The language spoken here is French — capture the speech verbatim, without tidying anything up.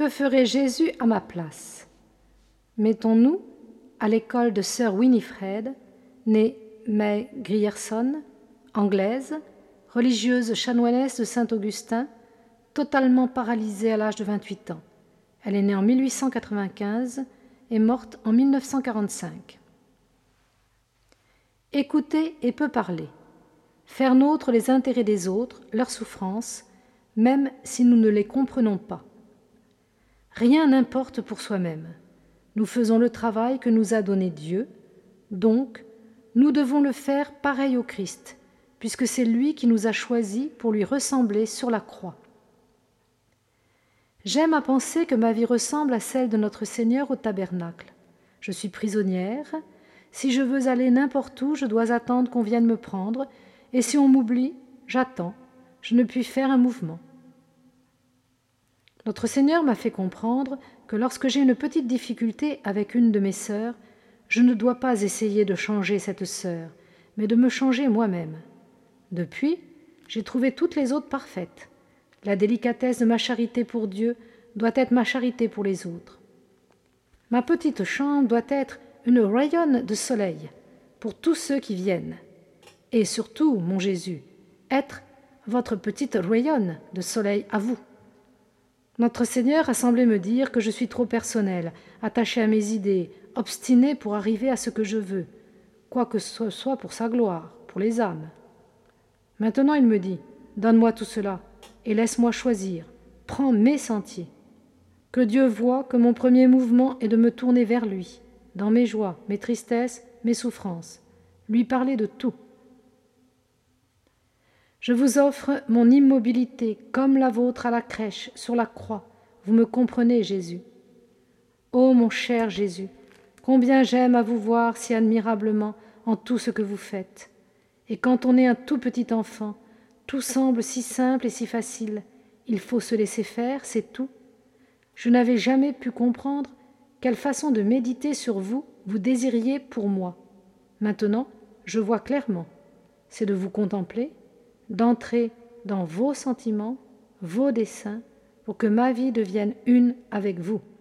Que ferait Jésus à ma place? Mettons-nous à l'école de sœur Winifred, née May Grierson, anglaise, religieuse chanoinesse de Saint-Augustin, totalement paralysée à l'âge de vingt-huit ans. Elle est née en mille huit cent quatre-vingt-quinze et morte en mille neuf cent quarante-cinq. Écouter et peu parler. Faire nôtre les intérêts des autres, leurs souffrances, même si nous ne les comprenons pas. Rien n'importe pour soi-même. Nous faisons le travail que nous a donné Dieu, donc nous devons le faire pareil au Christ, puisque c'est lui qui nous a choisis pour lui ressembler sur la croix. J'aime à penser que ma vie ressemble à celle de notre Seigneur au tabernacle. Je suis prisonnière. Si je veux aller n'importe où, je dois attendre qu'on vienne me prendre, et si on m'oublie, j'attends. Je ne puis faire un mouvement. Notre Seigneur m'a fait comprendre que lorsque j'ai une petite difficulté avec une de mes sœurs, je ne dois pas essayer de changer cette sœur, mais de me changer moi-même. Depuis, j'ai trouvé toutes les autres parfaites. La délicatesse de ma charité pour Dieu doit être ma charité pour les autres. Ma petite chambre doit être une rayonne de soleil pour tous ceux qui viennent. Et surtout, mon Jésus, être votre petite rayonne de soleil à vous. Notre Seigneur a semblé me dire que je suis trop personnelle, attachée à mes idées, obstinée pour arriver à ce que je veux, quoi que ce soit pour sa gloire, pour les âmes. Maintenant il me dit, donne-moi tout cela et laisse-moi choisir, prends mes sentiers. Que Dieu voie que mon premier mouvement est de me tourner vers lui, dans mes joies, mes tristesses, mes souffrances, lui parler de tout. Je vous offre mon immobilité comme la vôtre à la crèche, sur la croix. Vous me comprenez, Jésus. Ô mon cher Jésus, combien j'aime à vous voir si admirablement en tout ce que vous faites. Et quand on est un tout petit enfant, tout semble si simple et si facile. Il faut se laisser faire, c'est tout. Je n'avais jamais pu comprendre quelle façon de méditer sur vous vous désiriez pour moi. Maintenant, je vois clairement. C'est de vous contempler, d'entrer dans vos sentiments, vos desseins, pour que ma vie devienne une avec vous.